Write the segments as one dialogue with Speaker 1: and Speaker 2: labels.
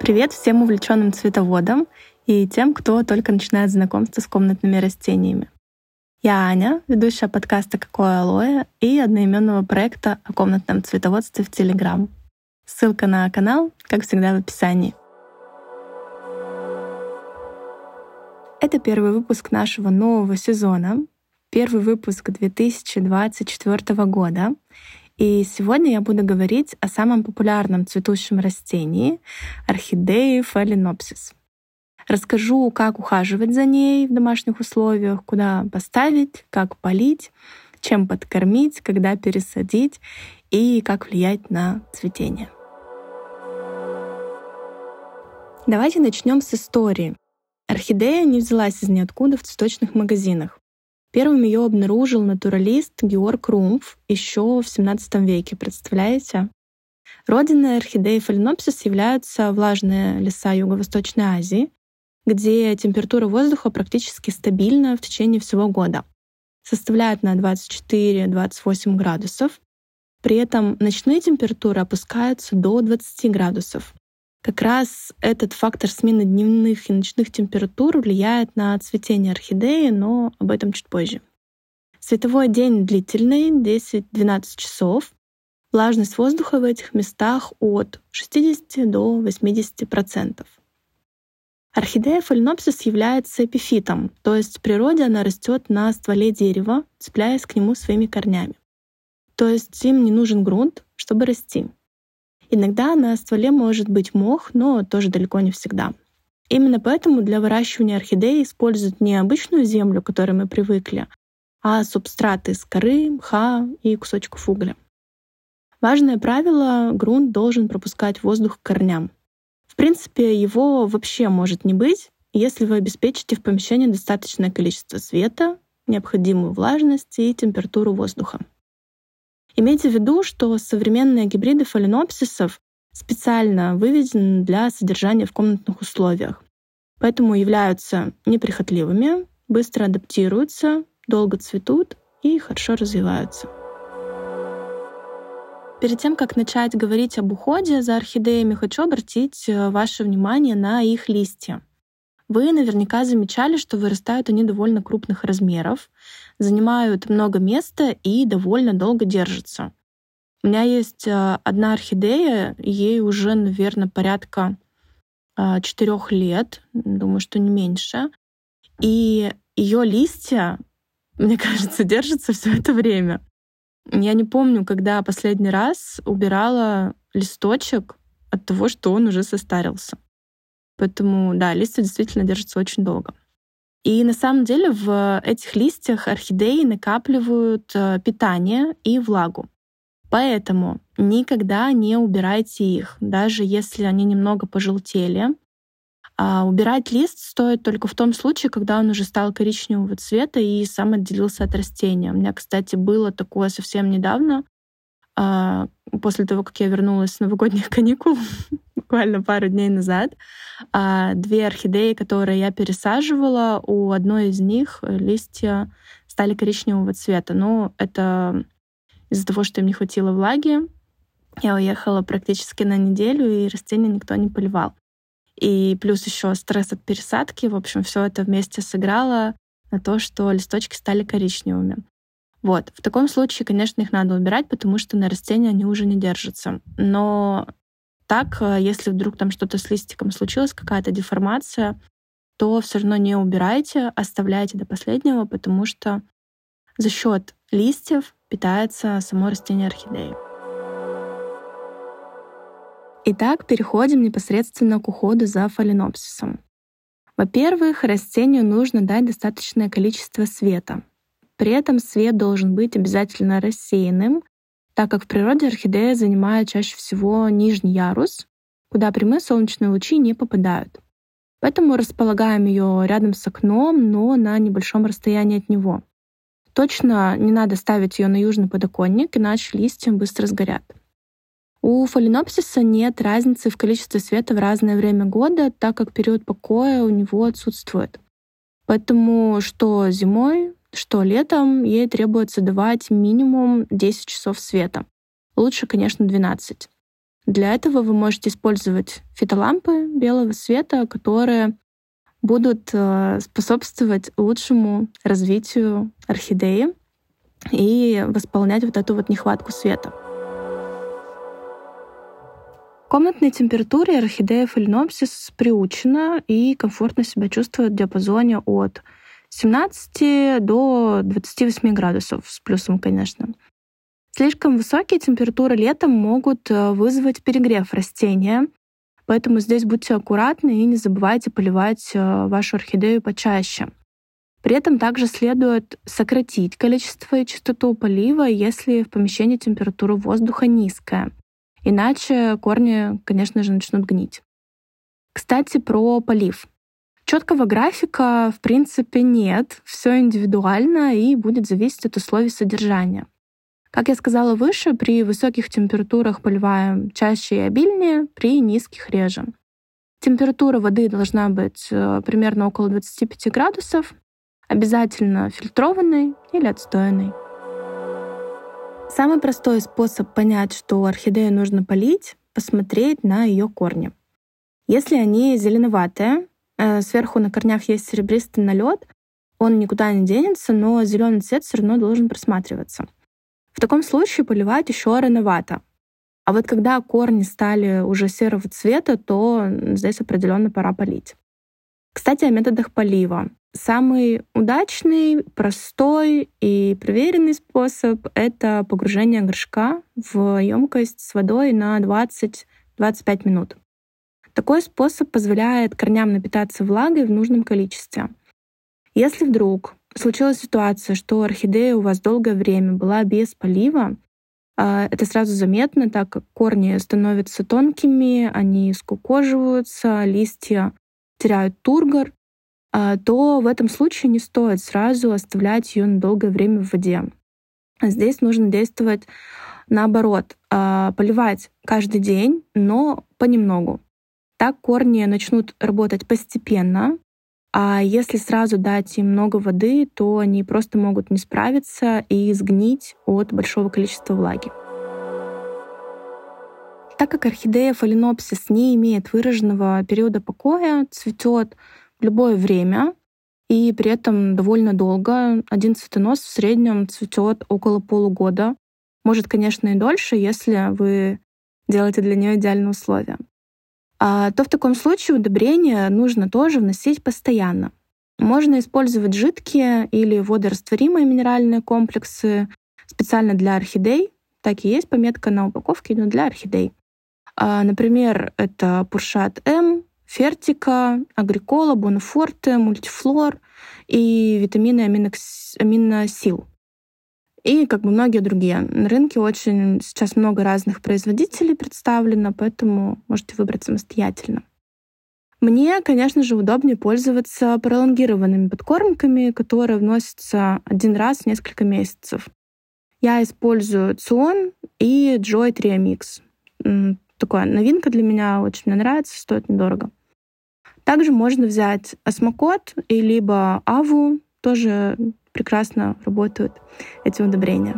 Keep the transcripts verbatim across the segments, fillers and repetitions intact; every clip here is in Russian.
Speaker 1: Привет всем увлеченным цветоводам и тем, кто только начинает знакомство с комнатными растениями. Я Аня, ведущая подкаста «Какое алоэ» и одноименного проекта о комнатном цветоводстве в Телеграм. Ссылка на канал, как всегда, в описании. Это первый выпуск нашего нового сезона, первый выпуск две тысячи двадцать четвёртого года. И сегодня я буду говорить о самом популярном цветущем растении — орхидее Phalaenopsis. Расскажу, как ухаживать за ней в домашних условиях, куда поставить, как полить, чем подкормить, когда пересадить и как влиять на цветение. Давайте начнем с истории. Орхидея не взялась из ниоткуда в цветочных магазинах. Первым ее обнаружил натуралист Георг Румф еще в семнадцатом веке, представляете? Родиной орхидеи Phalaenopsis являются влажные леса Юго-Восточной Азии, где температура воздуха практически стабильна в течение всего года. Составляет на двадцать четыре - двадцать восемь градусов. При этом ночные температуры опускаются до двадцати градусов. Как раз этот фактор смены дневных и ночных температур влияет на цветение орхидеи, но об этом чуть позже. Световой день длительный, десять-двенадцать часов. Влажность воздуха в этих местах от шестидесяти до восьмидесяти процентов. Орхидея Phalaenopsis является эпифитом, то есть в природе она растет на стволе дерева, цепляясь к нему своими корнями. То есть им не нужен грунт, чтобы расти. Иногда на стволе может быть мох, но тоже далеко не всегда. Именно поэтому для выращивания орхидеи используют не обычную землю, к которой мы привыкли, а субстраты из коры, мха и кусочков угля. Важное правило — грунт должен пропускать воздух к корням. В принципе, его вообще может не быть, если вы обеспечите в помещении достаточное количество света, необходимую влажность и температуру воздуха. Имейте в виду, что современные гибриды фаленопсисов специально выведены для содержания в комнатных условиях, поэтому являются неприхотливыми, быстро адаптируются, долго цветут и хорошо развиваются. Перед тем, как начать говорить об уходе за орхидеями, хочу обратить ваше внимание на их листья. Вы наверняка замечали, что вырастают они довольно крупных размеров, занимают много места и довольно долго держатся. У меня есть одна орхидея, ей уже, наверное, порядка четырех лет, думаю, что не меньше. И ее листья, мне кажется, держатся все это время. Я не помню, когда последний раз убирала листочек от того, что он уже состарился. Поэтому, да, листья действительно держатся очень долго. И на самом деле в этих листьях орхидеи накапливают питание и влагу. Поэтому никогда не убирайте их, даже если они немного пожелтели. А убирать лист стоит только в том случае, когда он уже стал коричневого цвета и сам отделился от растения. У меня, кстати, было такое совсем недавно, после того, как я вернулась с новогодних каникул, буквально пару дней назад. Две орхидеи, которые я пересаживала, у одной из них листья стали коричневого цвета. Но это из-за того, что им не хватило влаги. Я уехала практически на неделю, и растения никто не поливал. И плюс еще стресс от пересадки. В общем, все это вместе сыграло на то, что листочки стали коричневыми. Вот. В таком случае, конечно, их надо убирать, потому что на растения они уже не держатся. Но так, если вдруг там что-то с листиком случилось, какая-то деформация, то все равно не убирайте, оставляйте до последнего, потому что за счет листьев питается само растение орхидеи. Итак, переходим непосредственно к уходу за фаленопсисом. Во-первых, растению нужно дать достаточное количество света. При этом свет должен быть обязательно рассеянным, так как в природе орхидея занимает чаще всего нижний ярус, куда прямые солнечные лучи не попадают. Поэтому располагаем ее рядом с окном, но на небольшом расстоянии от него. Точно не надо ставить ее на южный подоконник, иначе листья быстро сгорят. У фаленопсиса нет разницы в количестве света в разное время года, так как период покоя у него отсутствует. Поэтому что зимой, что летом ей требуется давать минимум десять часов света. Лучше, конечно, двенадцать. Для этого вы можете использовать фитолампы белого света, которые будут способствовать лучшему развитию орхидеи и восполнять вот эту вот нехватку света. В комнатной температуре орхидея Phalaenopsis приучена и комфортно себя чувствует в диапазоне от семнадцати до двадцати восьми градусов, с плюсом, конечно. Слишком высокие температуры летом могут вызвать перегрев растения, поэтому здесь будьте аккуратны и не забывайте поливать вашу орхидею почаще. При этом также следует сократить количество и частоту полива, если в помещении температура воздуха низкая. Иначе корни, конечно же, начнут гнить. Кстати, про полив. Четкого графика, в принципе, нет. Все индивидуально и будет зависеть от условий содержания. Как я сказала выше, при высоких температурах поливаем чаще и обильнее, при низких — реже. Температура воды должна быть примерно около двадцати пяти градусов, обязательно фильтрованной или отстоянной. Самый простой способ понять, что орхидею нужно полить — посмотреть на ее корни. Если они зеленоватые, сверху на корнях есть серебристый налет, он никуда не денется, но зеленый цвет все равно должен просматриваться. В таком случае поливать еще рановато. А вот когда корни стали уже серого цвета, то здесь определенно пора полить. Кстати, о методах полива. Самый удачный, простой и проверенный способ — это погружение горшка в емкость с водой на двадцать-двадцать пять минут. Такой способ позволяет корням напитаться влагой в нужном количестве. Если вдруг случилась ситуация, что орхидея у вас долгое время была без полива, это сразу заметно, так как корни становятся тонкими, они скукоживаются, листья теряют тургор, то в этом случае не стоит сразу оставлять ее на долгое время в воде. Здесь нужно действовать наоборот, поливать каждый день, но понемногу. Так корни начнут работать постепенно, а если сразу дать им много воды, то они просто могут не справиться и сгнить от большого количества влаги. Так как орхидея Phalaenopsis не имеет выраженного периода покоя, цветет в любое время и при этом довольно долго, один цветонос в среднем цветет около полугода. Может, конечно, и дольше, если вы делаете для нее идеальные условия. А, то в таком случае удобрения нужно тоже вносить постоянно. Можно использовать жидкие или водорастворимые минеральные комплексы специально для орхидей. Так и есть пометка на упаковке, но для орхидей. А, например, это Пуршат М, Фертика, Агрикола, Бонафорте, Мультифлор и витамины аминосил. И как бы многие другие. На рынке очень сейчас много разных производителей представлено, поэтому можете выбрать самостоятельно. Мне, конечно же, удобнее пользоваться пролонгированными подкормками, которые вносятся один раз в несколько месяцев. Я использую Цион и Joy Trio Mix. Такая новинка для меня, очень мне нравится, стоит недорого. Также можно взять осмокот и либо аву, тоже прекрасно работают эти удобрения.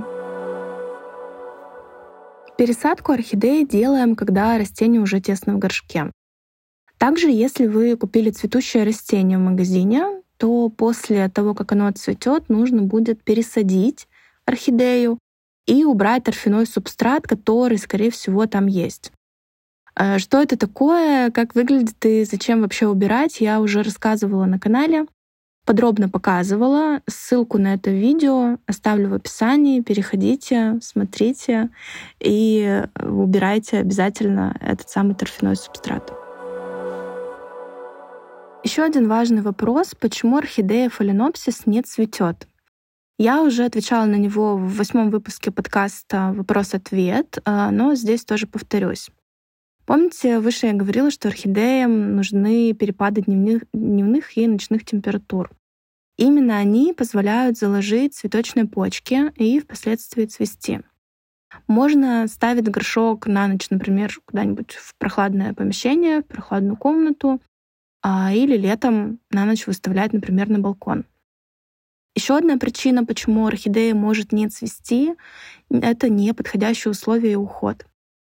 Speaker 1: Пересадку орхидеи делаем, когда растение уже тесно в горшке. Также, если вы купили цветущее растение в магазине, то после того, как оно отцветет, нужно будет пересадить орхидею и убрать торфяной субстрат, который, скорее всего, там есть. Что это такое, как выглядит и зачем вообще убирать, я уже рассказывала на канале. Подробно показывала. Ссылку на это видео оставлю в описании. Переходите, смотрите и убирайте обязательно этот самый торфяной субстрат. Еще один важный вопрос: почему орхидея Phalaenopsis не цветет? Я уже отвечала на него в восьмом выпуске подкаста «Вопрос-ответ», но здесь тоже повторюсь. Помните, выше я говорила, что орхидеям нужны перепады дневных, дневных и ночных температур. Именно они позволяют заложить цветочные почки и впоследствии цвести. Можно ставить горшок на ночь, например, куда-нибудь в прохладное помещение, в прохладную комнату, а, или летом на ночь выставлять, например, на балкон. Еще одна причина, почему орхидея может не цвести, это неподходящие условия и уход.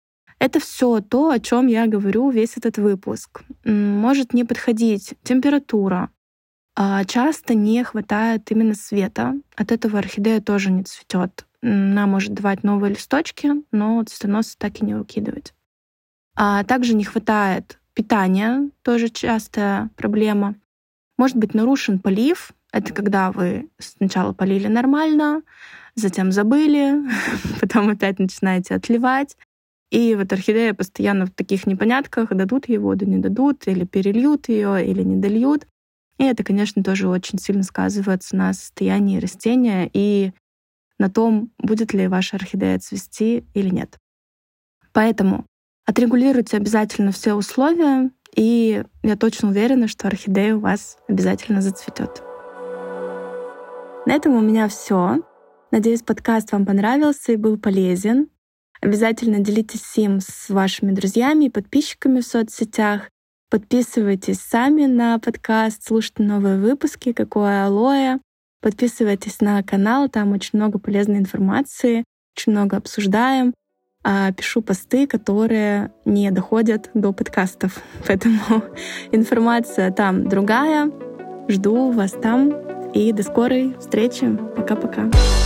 Speaker 1: Это все то, о чем я говорю весь этот выпуск. Может не подходить температура, а часто не хватает именно света. От этого орхидея тоже не цветет. Она может давать новые листочки, но цветоносы так и не выкидывать. А также не хватает питания, тоже частая проблема. Может быть нарушен полив. Это когда вы сначала полили нормально, затем забыли, потом опять начинаете отливать. И вот орхидея постоянно в таких непонятках, дадут ей воду, не дадут, или перельют ее, или не дольют. И это, конечно, тоже очень сильно сказывается на состоянии растения и на том, будет ли ваша орхидея цвести или нет. Поэтому отрегулируйте обязательно все условия, и я точно уверена, что орхидея у вас обязательно зацветет. На этом у меня все. Надеюсь, подкаст вам понравился и был полезен. Обязательно делитесь им с вашими друзьями и подписчиками в соцсетях. Подписывайтесь сами на подкаст, слушайте новые выпуски «Какое алоэ». Подписывайтесь на канал, там очень много полезной информации, очень много обсуждаем. Пишу посты, которые не доходят до подкастов. Поэтому информация там другая. Жду вас там. И до скорой встречи. Пока-пока.